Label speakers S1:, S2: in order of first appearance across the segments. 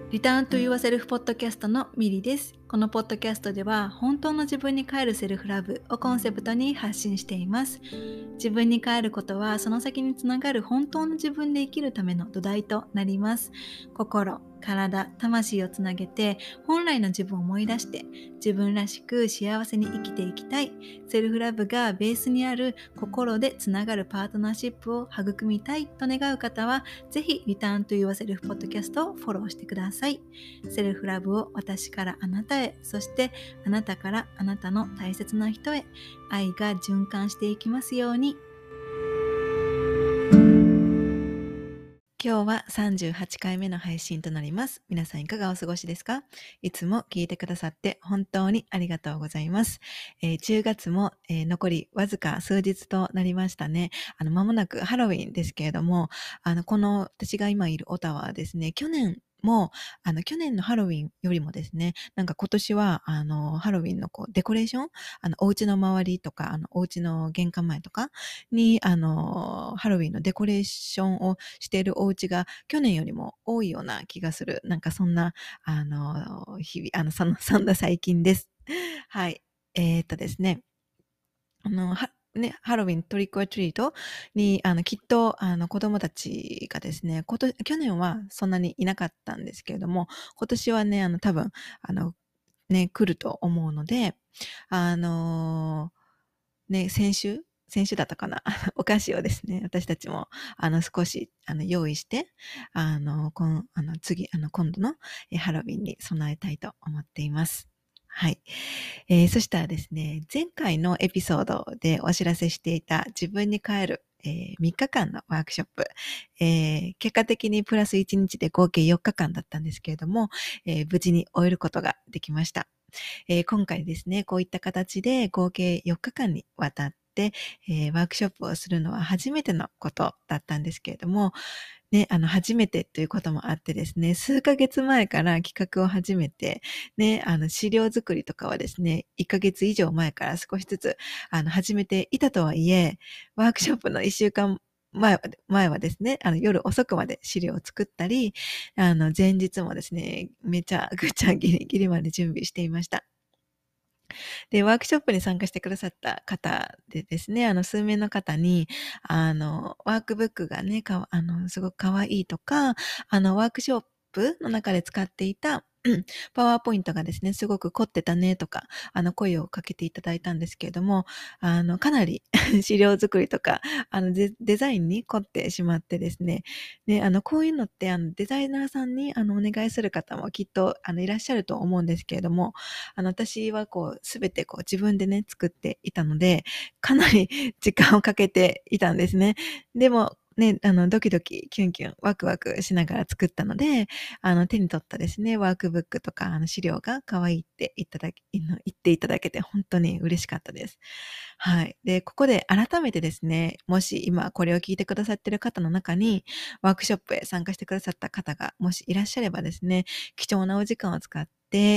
S1: リターントゥユアセルフポッドキャストのミリです。このポッドキャストでは本当の自分に帰るセルフラブをコンセプトに発信しています。自分に帰ることはその先につながる本当の自分で生きるための土台となります。心、体、魂をつなげて本来の自分を思い出して自分らしく幸せに生きていきたい。セルフラブがベースにある心でつながるパートナーシップを育みたいと願う方はぜひリターントゥユアセルフポッドキャストをフォローしてください。セルフラブを私からあなたへ、そしてあなたからあなたの大切な人へ、愛が循環していきますように。今日は38回目の配信となります。皆さんいかがお過ごしですか？いつも聞いてくださって本当にありがとうございます。10月も、残りわずか数日となりましたね。間もなくハロウィンですけれども、この私が今いるオタワはですね、去年のハロウィンよりもですね、なんか今年は、ハロウィンのデコレーション、お家の周りとか、お家の玄関前とかに、ハロウィンのデコレーションをしているお家が去年よりも多いような気がする。なんかそんな、日々、そんな最近です。はい。ですね、ハロウィントリックオアトリートに、きっと、子供たちがですね、去年はそんなにいなかったんですけれども、今年はね、多分、来ると思うので、あの先週だったかなお菓子をですね、私たちも、少し、用意して、今度のハロウィンに備えたいと思っています。はい。そしたらですね、前回のエピソードでお知らせしていた自分に帰る、3日間のワークショップ、結果的にプラス1日で合計4日間だったんですけれども、無事に終えることができました。今回ですね、こういった形で合計4日間にわたって、ワークショップをするのは初めてのことだったんですけれども、ね、初めてということもあってですね、数ヶ月前から企画を始めて、ね、資料作りとかはですね、1ヶ月以上前から少しずつ、始めていたとはいえ、ワークショップの1週間前はですね、夜遅くまで資料を作ったり、前日もですね、めちゃくちゃギリギリまで準備していました。で、ワークショップに参加してくださった方でですね、数名の方に、ワークブックがね、すごく可愛いとか、ワークショップの中で使っていた、パワーポイントがですね、すごく凝ってたねとか、声をかけていただいたんですけれども、かなり資料作りとか、デザインに凝ってしまってですね、で、こういうのって、デザイナーさんに、お願いする方もきっと、いらっしゃると思うんですけれども、私はすべて自分でね、作っていたので、かなり時間をかけていたんですね。でも、ね、ドキドキ、キュンキュン、ワクワクしながら作ったので、手に取ったですね、ワークブックとか、資料が可愛いって言っていただけて本当に嬉しかったです。はい。で、ここで改めてですね、もし今これを聞いてくださっている方の中に、ワークショップへ参加してくださった方がもしいらっしゃればですね、貴重なお時間を使って、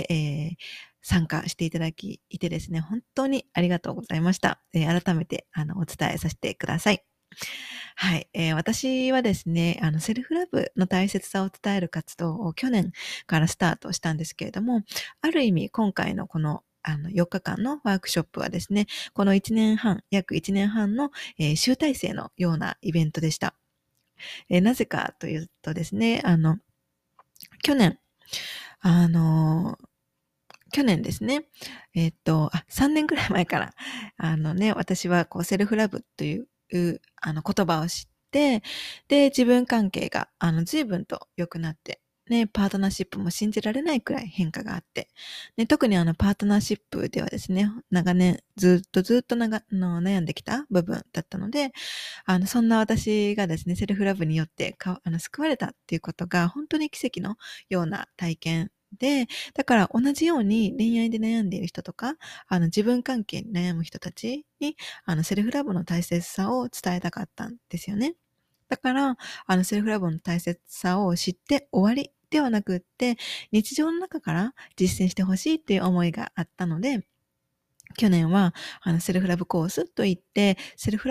S1: 参加していただきいてですね、本当にありがとうございました。改めてお伝えさせてください。はい、私はですね、セルフラブの大切さを伝える活動を去年からスタートしたんですけれども、ある意味今回のこの4日間のワークショップはですね、この約1年半の、集大成のようなイベントでした。なぜかというとですね、去年、あの、去年ですね、3年くらい前から、私はセルフラブという、言葉を知って、で、自分関係が、随分と良くなって、ね、パートナーシップも信じられないくらい変化があって、ね、特にパートナーシップではですね、長年、ずっと悩んできた部分だったので、そんな私がですね、セルフラブによって救われたっていうことが、本当に奇跡のような体験で、だから同じように恋愛で悩んでいる人とか、自分関係に悩む人たちに、セルフラブの大切さを伝えたかったんですよね。だから、セルフラブの大切さを知って終わりではなくって、日常の中から実践してほしいっていう思いがあったので、去年は、セルフラブコースといって、セルフラブっ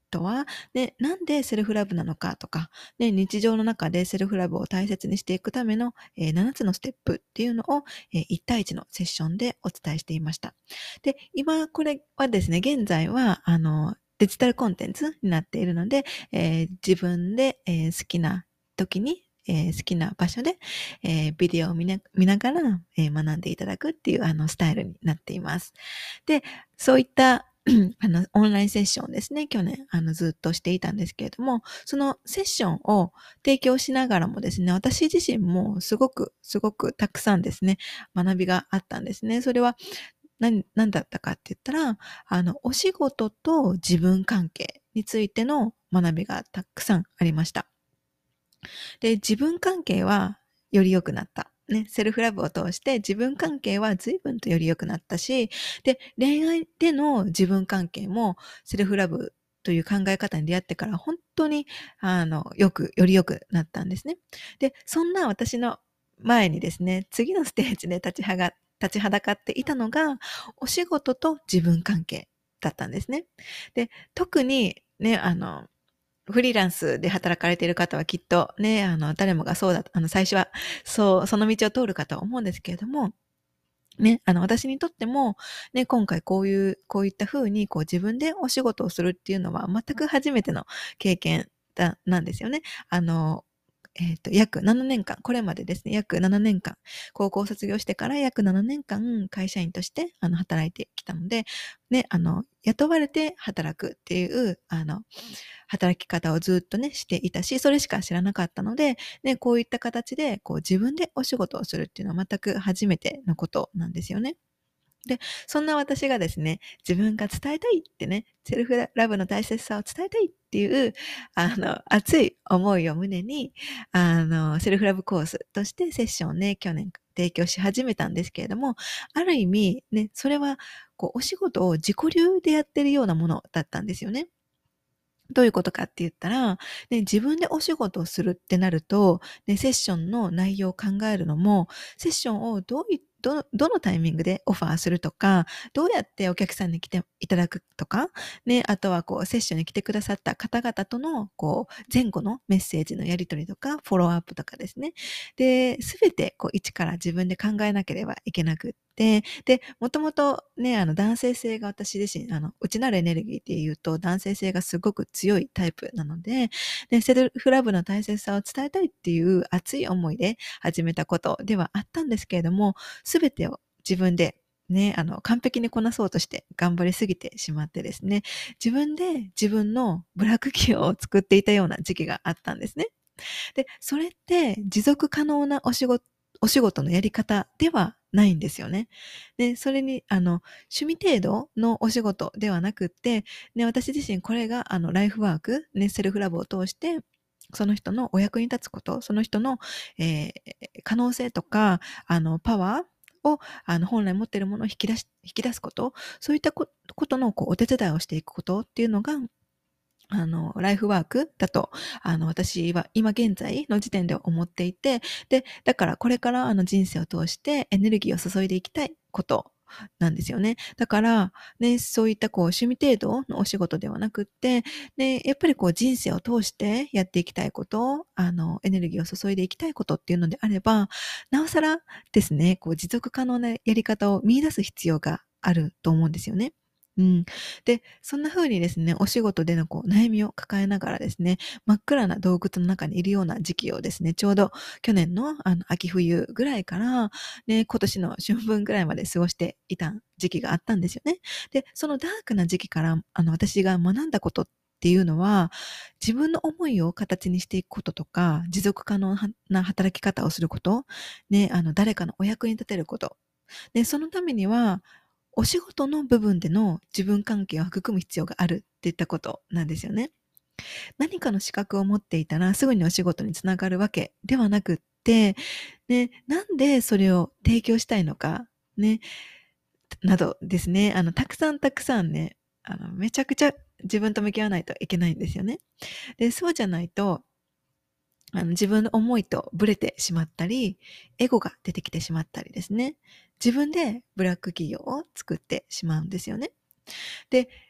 S1: とは、ね、なんでセルフラブなのかとか、ね、日常の中でセルフラブを大切にしていくための、7つのステップっていうのを、1対1のセッションでお伝えしていました。で、今これはですね、現在は、デジタルコンテンツになっているので、自分で、好きな時に、好きな場所で、ビデオを見ながら、学んでいただくっていうスタイルになっています。で、そういったオンラインセッションですね、去年、ずっとしていたんですけれども、そのセッションを提供しながらもですね、私自身もすごくたくさんですね、学びがあったんですね。それは何だったかって言ったら、お仕事と自分関係についての学びがたくさんありました。で、自分関係はより良くなった。ね、セルフラブを通して自分関係は随分とより良くなったし、で、恋愛での自分関係もセルフラブという考え方に出会ってから本当に、より良くなったんですね。で、そんな私の前にですね、次のステージで立ちはだかっていたのが、お仕事と自分関係だったんですね。で、特にね、フリーランスで働かれている方はきっとね、誰もがそうだ、最初は、その道を通るかと思うんですけれども、ね、私にとっても、ね、今回こういった風に、こう自分でお仕事をするっていうのは全く初めての経験なんですよね。約7年間、これまでですね、約7年間、高校を卒業してから約7年間会社員として働いてきたので、ね、雇われて働くっていう、働き方をずっとね、していたし、それしか知らなかったので、ね、こういった形で、こう自分でお仕事をするっていうのは全く初めてのことなんですよね。で、そんな私がですね、自分が伝えたいってね、セルフラブの大切さを伝えたいっていう、熱い思いを胸に、セルフラブコースとしてセッションをね、去年提供し始めたんですけれども、ある意味、ね、それは、こう、お仕事を自己流でやってるようなものだったんですよね。どういうことかって言ったら、ね、自分でお仕事をするってなると、ね、セッションの内容を考えるのも、セッションをどのタイミングでオファーするとか、どうやってお客さんに来ていただくとか、ね、あとはこう、セッションに来てくださった方々との、こう、前後のメッセージのやり取りとか、フォローアップとかですね。で、すべて、こう、一から自分で考えなければいけなくって、で、もともとね、男性性が私自身、内なるエネルギーっていうと、男性性がすごく強いタイプなので、で、セルフラブの大切さを伝えたいっていう熱い思いで始めたことではあったんですけれども、すべてを自分でね、完璧にこなそうとして頑張りすぎてしまってですね、自分で自分のブラック企業を作っていたような時期があったんですね。で、それって持続可能なお仕事のやり方ではないんですよね。で、それに、趣味程度のお仕事ではなくって、ね、私自身これが、ライフワーク、ね、セルフラブを通して、その人のお役に立つこと、その人の、可能性とか、パワーを、本来持っているものを引き出すこと、そういったことの、こう、お手伝いをしていくことっていうのが、ライフワークだと、私は今現在の時点では思っていて、で、だからこれから人生を通してエネルギーを注いでいきたいことなんですよね。だから、ね、そういったこう趣味程度のお仕事ではなくって、で、やっぱりこう人生を通してやっていきたいこと、エネルギーを注いでいきたいことっていうのであれば、なおさらですね、こう持続可能なやり方を見出す必要があると思うんですよね。うん。で、そんな風にですね、お仕事でのこう悩みを抱えながらですね、真っ暗な洞窟の中にいるような時期をですね、ちょうど去年の秋冬ぐらいから、ね、今年の春分ぐらいまで過ごしていた時期があったんですよね。で、そのダークな時期から、私が学んだことっていうのは、自分の思いを形にしていくこととか、持続可能な働き方をすること、ね、誰かのお役に立てること。で、そのためには、お仕事の部分での自分関係を育む必要があるっていったことなんですよね。何かの資格を持っていたらすぐにお仕事につながるわけではなくって、ね、なんでそれを提供したいのか、ね、などですね、たくさんね、めちゃくちゃ自分と向き合わないといけないんですよね。で、そうじゃないと、自分の思いとブレてしまったり、エゴが出てきてしまったりですね。自分でブラック企業を作ってしまうんですよね。で、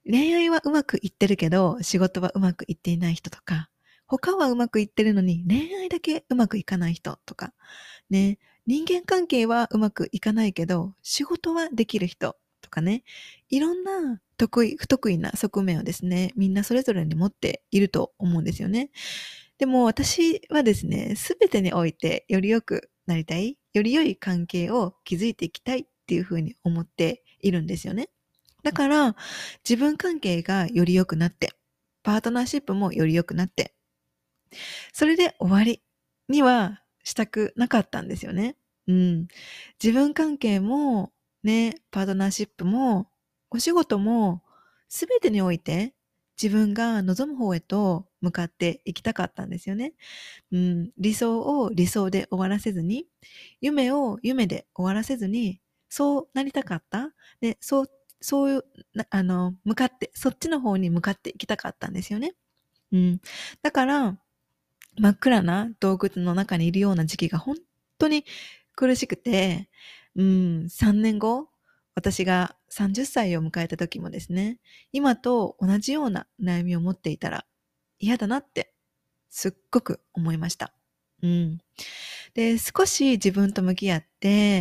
S1: 恋愛はうまくいってるけど、仕事はうまくいっていない人とか、他はうまくいってるのに恋愛だけうまくいかない人とか、ね、人間関係はうまくいかないけど、仕事はできる人とかね、いろんな得意、不得意な側面をですね、みんなそれぞれに持っていると思うんですよね。でも私はですね、すべてにおいてより良くなりたい、より良い関係を築いていきたいっていうふうに思っているんですよね。だから、自分関係がより良くなって、パートナーシップもより良くなって、それで終わりにはしたくなかったんですよね。うん。自分関係も、ね、パートナーシップも、お仕事も、すべてにおいて、自分が望む方へと向かっていきたかったんですよね。うん。理想を理想で終わらせずに、夢を夢で終わらせずに、そうなりたかった。で、そういう、向かって、そっちの方に向かっていきたかったんですよね。うん。だから、真っ暗な洞窟の中にいるような時期が本当に苦しくて、3年後、私が30歳を迎えた時もですね、今と同じような悩みを持っていたら嫌だなってすっごく思いました。うん。で、少し自分と向き合って、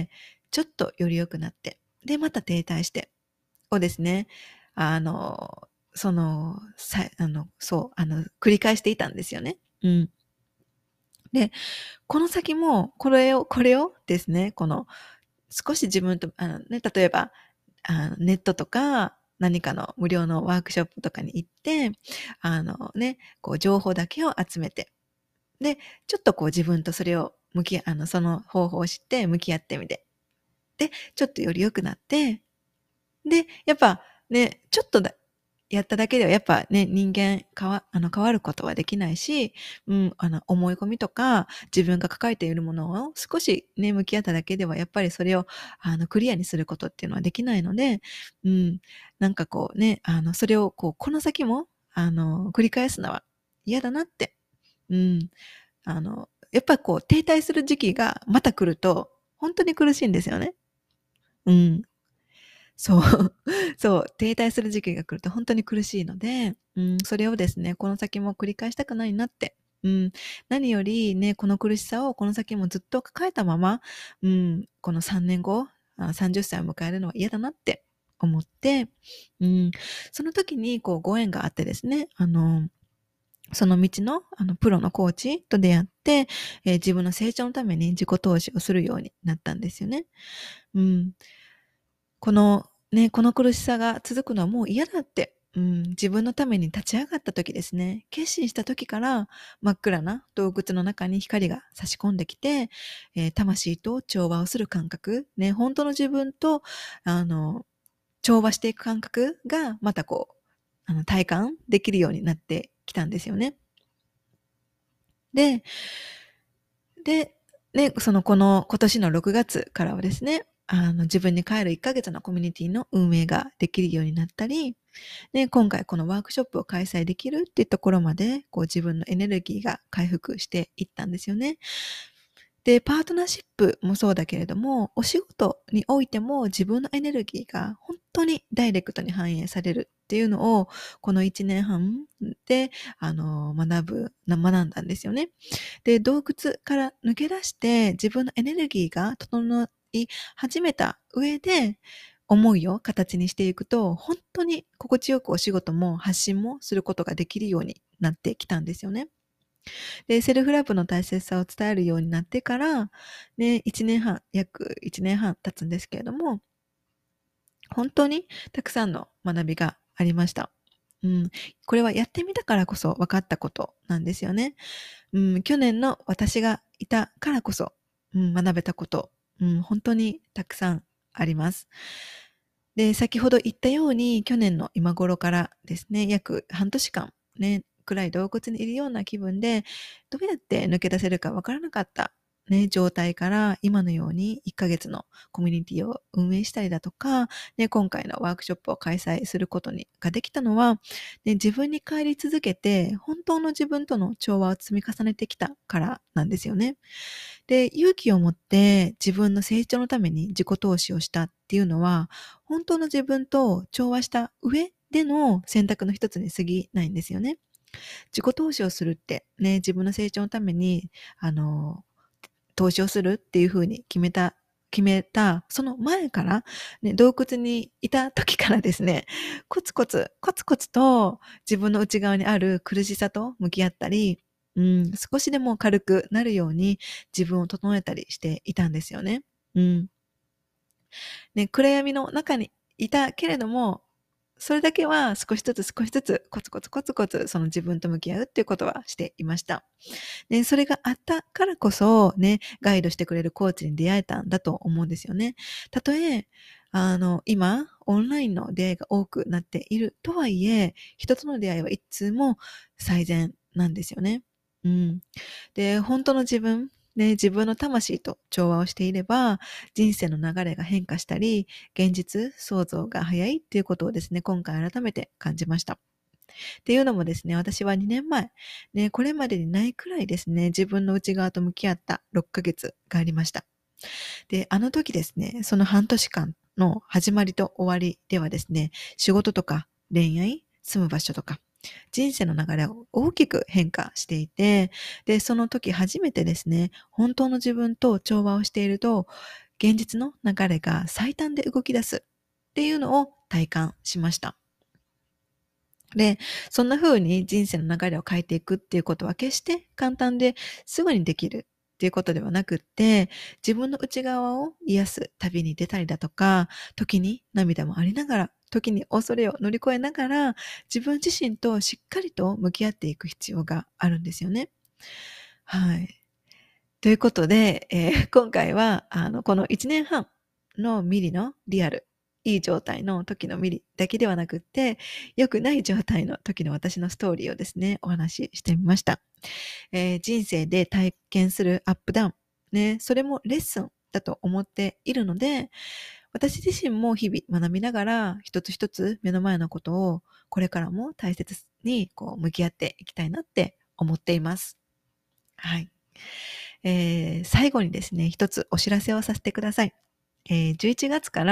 S1: ちょっとより良くなって、で、また停滞して、をですね、あの、その、さ、あの、そう、繰り返していたんですよね。うん。で、この先も、これをですね、少し自分と、例えば、ネットとか、何かの無料のワークショップとかに行って、情報だけを集めて、で、ちょっとこう自分とそれをその方法を知って向き合ってみて、で、ちょっとより良くなって、で、やっぱね、ちょっとやっただけではやっぱね、人間変わることはできないし、思い込みとか、自分が抱えているものを少しね、向き合っただけではやっぱりそれを、クリアにすることっていうのはできないので、うん、なんかこうね、それをこの先も、繰り返すのは嫌だなって、うん、やっぱ停滞する時期がまた来ると、本当に苦しいんですよね。うん。そう。そう、停滞する時期が来ると本当に苦しいので、それをですね、この先も繰り返したくないなって。うん、何よりね、この苦しさをこの先もずっと抱えたまま、この3年後、30歳を迎えるのは嫌だなって思って、うん、その時にご縁があってですね、その道の、プロのコーチと出会って、自分の成長のために自己投資をするようになったんですよね。うん。この苦しさが続くのはもう嫌だって、自分のために立ち上がった時ですね、決心した時から真っ暗な洞窟の中に光が差し込んできて、魂と調和をする感覚、ね、本当の自分と、調和していく感覚がまた体感できるようになってきたんですよね。で、で、ね、今年の6月からはですね、自分に帰る1ヶ月のコミュニティの運営ができるようになったり、で、今回このワークショップを開催できるっていうところまで、自分のエネルギーが回復していったんですよね。で、パートナーシップもそうだけれども、お仕事においても自分のエネルギーが本当にダイレクトに反映されるっていうのを、この1年半で、学んだんですよね。で、洞窟から抜け出して自分のエネルギーが整い始めた上で、思いを形にしていくと、本当に心地よくお仕事も発信もすることができるようになってきたんですよね。で、セルフラブの大切さを伝えるようになってから、ね、約1年半経つんですけれども、本当にたくさんの学びがありました。うん、これはやってみたからこそ分かったことなんですよね。去年の私がいたからこそ、学べたこと、本当にたくさんあります。で、先ほど言ったように、去年の今頃からですね、約半年間、ね、暗い洞窟にいるような気分で、どうやって抜け出せるかわからなかった、ね、状態から、今のように1ヶ月のコミュニティを運営したりだとか、ね、今回のワークショップを開催することができたのは、ね、自分に帰り続けて、本当の自分との調和を積み重ねてきたからなんですよね。で、勇気を持って自分の成長のために自己投資をしたっていうのは、本当の自分と調和した上での選択の一つに過ぎないんですよね。自己投資をするってね、自分の成長のために、投資をするっていうふうに決めた、その前から、ね、洞窟にいた時からですね、コツコツ、コツコツと自分の内側にある苦しさと向き合ったり、少しでも軽くなるように自分を整えたりしていたんですよね。うん。ね、暗闇の中にいたけれども、それだけは少しずつ少しずつコツコツコツコツその自分と向き合うっていうことはしていました。ね、それがあったからこそね、ガイドしてくれるコーチに出会えたんだと思うんですよね。たとえ、今、オンラインの出会いが多くなっているとはいえ、人との出会いはいつも最善なんですよね。うん。で、本当の自分、ね、自分の魂と調和をしていれば、人生の流れが変化したり、現実創造が早いっていうことをですね、今回改めて感じました。っていうのもですね、私は2年前、ね、これまでにないくらいですね、自分の内側と向き合った6ヶ月がありました。で、あの時ですね、その半年間の始まりと終わりではですね、仕事とか恋愛、住む場所とか、人生の流れを大きく変化していて、で、その時初めてですね、本当の自分と調和をしていると、現実の流れが最短で動き出すっていうのを体感しました。で、そんな風に人生の流れを変えていくっていうことは決して簡単ですぐにできるっていうことではなくって、自分の内側を癒す旅に出たりだとか、時に涙もありながら、時に恐れを乗り越えながら、自分自身としっかりと向き合っていく必要があるんですよね。はい。ということで、今回は、この1年半のミリのリアル、いい状態の時のミリだけではなくって、良くない状態の時の私のストーリーをですね、お話ししてみました。人生で体験するアップダウン、ね、それもレッスンだと思っているので、私自身も日々学びながら、一つ一つ目の前のことを、これからも大切に向き合っていきたいなって思っています。はい。最後にですね、一つお知らせをさせてください。11月から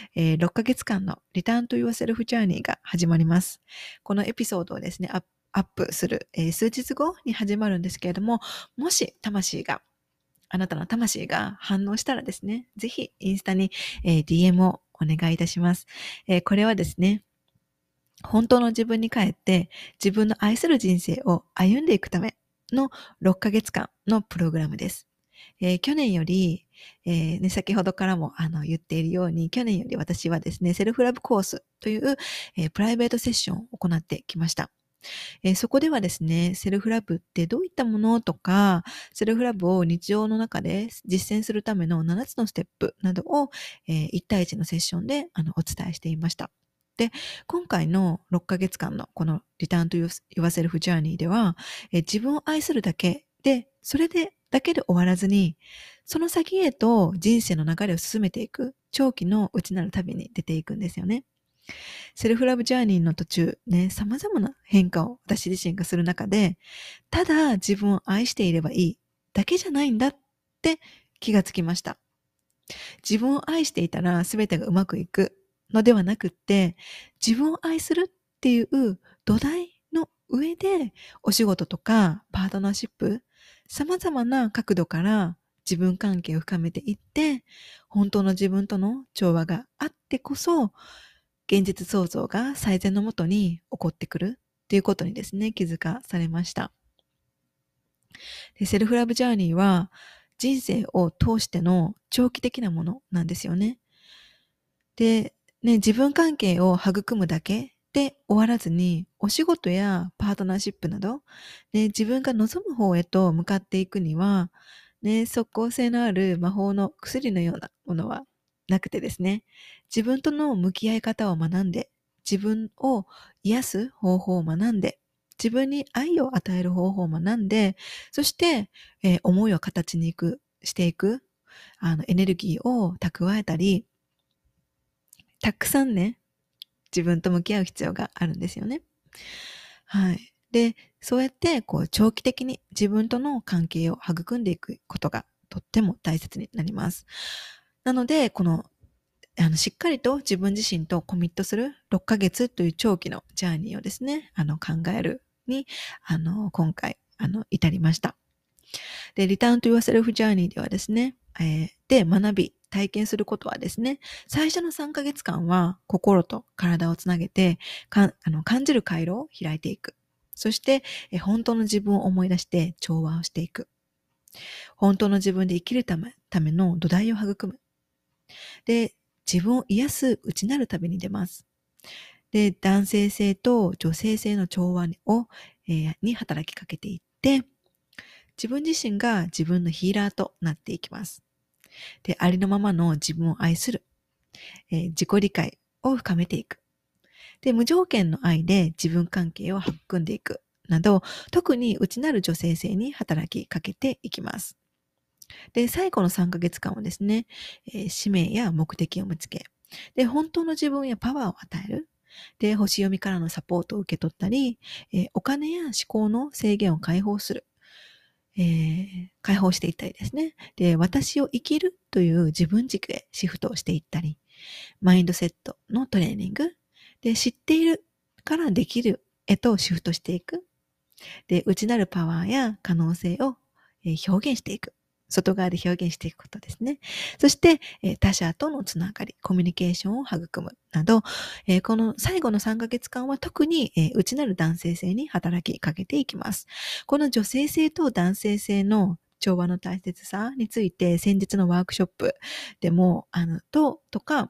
S1: 、6ヶ月間の Return to Yourself Journey が始まります。このエピソードをですね、アップする、数日後に始まるんですけれども、もしあなたの魂が反応したらですね、ぜひインスタに、DM をお願いいたします。これはですね、本当の自分に帰って自分の愛する人生を歩んでいくための6ヶ月間のプログラムです。去年より、先ほどからも言っているように、去年より私はですね、セルフラブコースという、プライベートセッションを行ってきました。そこではですね、セルフラブってどういったものとか、セルフラブを日常の中で実践するための7つのステップなどを、1対1のセッションでお伝えしていました。で、今回の6ヶ月間のこの Return to Yourself Journey では、自分を愛するだけで、それでだけで終わらずに、その先へと人生の流れを進めていく長期の内なる旅に出ていくんですよね。セルフラブジャーニーの途中ね、様々な変化を私自身がする中で、ただ自分を愛していればいいだけじゃないんだって気がつきました。自分を愛していたら全てがうまくいくのではなくって、自分を愛するっていう土台の上でお仕事とかパートナーシップ、様々な角度から自分関係を深めていって、本当の自分との調和があってこそ、現実創造が最善のもとに起こってくるっていうことにですね、気づかされました。で、セルフラブジャーニーは人生を通しての長期的なものなんですよね。で、ね、自分関係を育むだけで終わらずに、お仕事やパートナーシップなど、ね、自分が望む方へと向かっていくには、ね、即効性のある魔法の薬のようなものはなくてですね、自分との向き合い方を学んで、自分を癒す方法を学んで、自分に愛を与える方法を学んで、そして、思いを形にしていく、エネルギーを蓄えたり、たくさんね、自分と向き合う必要があるんですよね。はい。で、そうやって長期的に自分との関係を育んでいくことがとっても大切になります。なので、このしっかりと自分自身とコミットする6ヶ月という長期のジャーニーをですね、考えるに、今回、至りました。で、リターンと Yourself Journey ではですね、で、学び、体験することはですね、最初の3ヶ月間は心と体をつなげて、感じる回路を開いていく。そして、本当の自分を思い出して調和をしていく。本当の自分で生きるための土台を育む。で、自分を癒す内なる旅に出ます。で、男性性と女性性の調和を、に働きかけていって、自分自身が自分のヒーラーとなっていきます。で、ありのままの自分を愛する、自己理解を深めていく。で、無条件の愛で自分関係を育んでいく。など、特に内なる女性性に働きかけていきます。で、最後の3ヶ月間はですね、使命や目的を見つけ、で、本当の自分やパワーを与える。で、星読みからのサポートを受け取ったり、お金や思考の制限を解放する。解放していったりですね。で、私を生きるという自分軸へシフトをしていったり、マインドセットのトレーニング。で、知っているからできるへとシフトしていく。で、内なるパワーや可能性を表現していく。外側で表現していくことですね。そして、他者とのつながり、コミュニケーションを育むなど、この最後の3ヶ月間は特に、内なる男性性に働きかけていきます。この女性性と男性性の調和の大切さについて先日のワークショップでも、とか、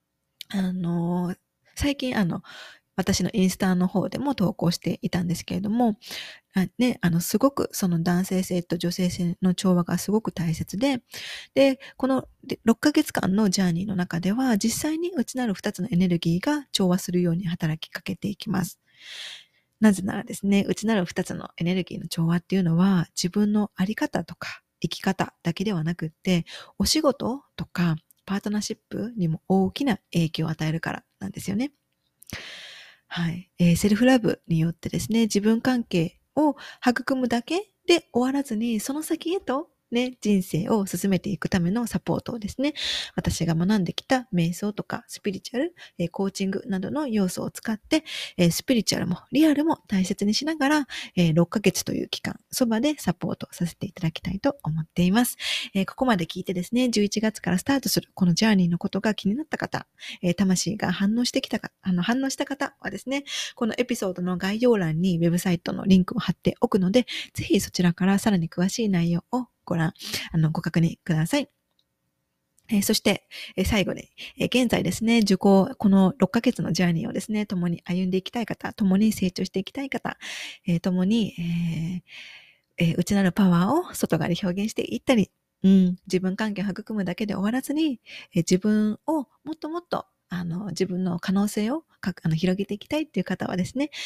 S1: 最近私のインスタの方でも投稿していたんですけれども、すごくその男性性と女性性の調和がすごく大切で、で、この6ヶ月間のジャーニーの中では、実際に内なる2つのエネルギーが調和するように働きかけていきます。なぜならですね、内なる2つのエネルギーの調和っていうのは、自分のあり方とか生き方だけではなくって、お仕事とかパートナーシップにも大きな影響を与えるからなんですよね。はい。セルフラブによってですね、自分関係を育むだけで終わらずに、その先へとね、人生を進めていくためのサポートをですね、私が学んできた瞑想とかスピリチュアル、コーチングなどの要素を使って、スピリチュアルもリアルも大切にしながら、6ヶ月という期間、そばでサポートさせていただきたいと思っています。ここまで聞いてですね、11月からスタートするこのジャーニーのことが気になった方、魂が反応した方はですね、このエピソードの概要欄にウェブサイトのリンクを貼っておくので、ぜひそちらからさらに詳しい内容をご確認ください。そして、最後に、現在ですね、この6ヶ月のジャーニーをですね、共に歩んでいきたい方、共に成長していきたい方、共に、内なるパワーを外側で表現していったり、自分関係を育むだけで終わらずに、自分をもっともっと自分の可能性を広げていきたいっていう方はですね、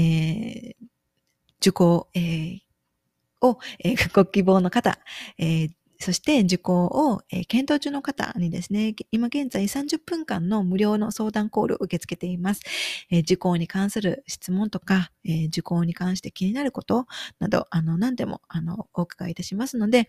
S1: 受講、を、ご希望の方、そして受講を、検討中の方にですね、今現在30分間の無料の相談コールを受け付けています。受講に関する質問とか、受講に関して気になることなど、何でも、お伺いいたしますので、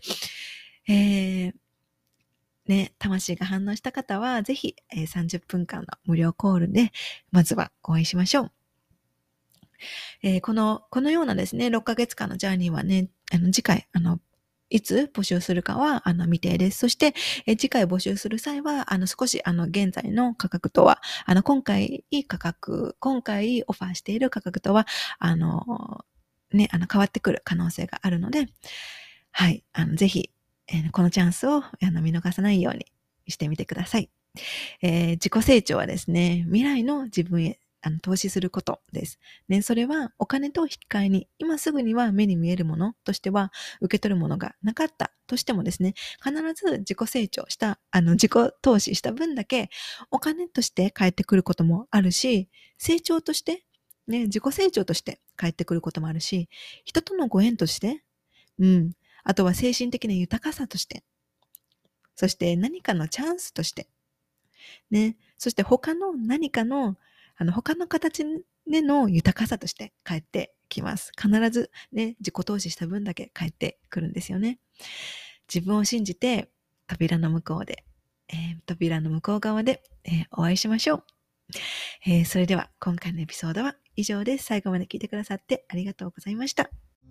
S1: 魂が反応した方は、ぜひ、30分間の無料コールで、まずはお会いしましょう。このようなですね、6ヶ月間のジャーニーはね、次回、いつ募集するかは、未定です。そして、次回募集する際は、少し、現在の価格とは、今回オファーしている価格とは、変わってくる可能性があるので、はい、ぜひ、このチャンスを、見逃さないようにしてみてください。自己成長はですね、未来の自分へ投資することです。ね、それはお金と引き換えに、今すぐには目に見えるものとしては受け取るものがなかったとしてもですね、必ず自己成長した、自己投資した分だけお金として返ってくることもあるし、成長として、ね、自己成長として返ってくることもあるし、人とのご縁として、あとは精神的な豊かさとして、そして何かのチャンスとして、ね。そして他の何かの、他の形での豊かさとして帰ってきます。必ずね、自己投資した分だけ帰ってくるんですよね。自分を信じて扉の向こうで、 扉の向こう側で、お会いしましょう。それでは今回のエピソードは以上です。最後まで聞いてくださってありがとうございました。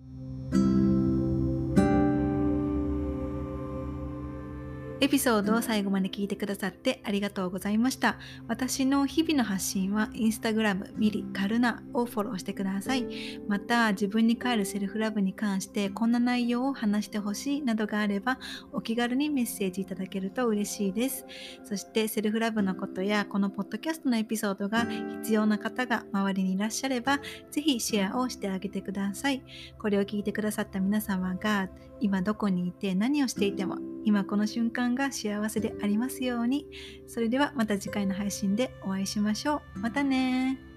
S1: エピソードを最後まで聞いてくださってありがとうございました。私の日々の発信はインスタグラムミリカルナをフォローしてください。また自分に帰るセルフラブに関してこんな内容を話してほしいなどがあればお気軽にメッセージいただけると嬉しいです。そしてセルフラブのことやこのポッドキャストのエピソードが必要な方が周りにいらっしゃればぜひシェアをしてあげてください。これを聞いてくださった皆様が今どこにいて何をしていても今この瞬間が幸せでありますように。それではまた次回の配信でお会いしましょう。またね。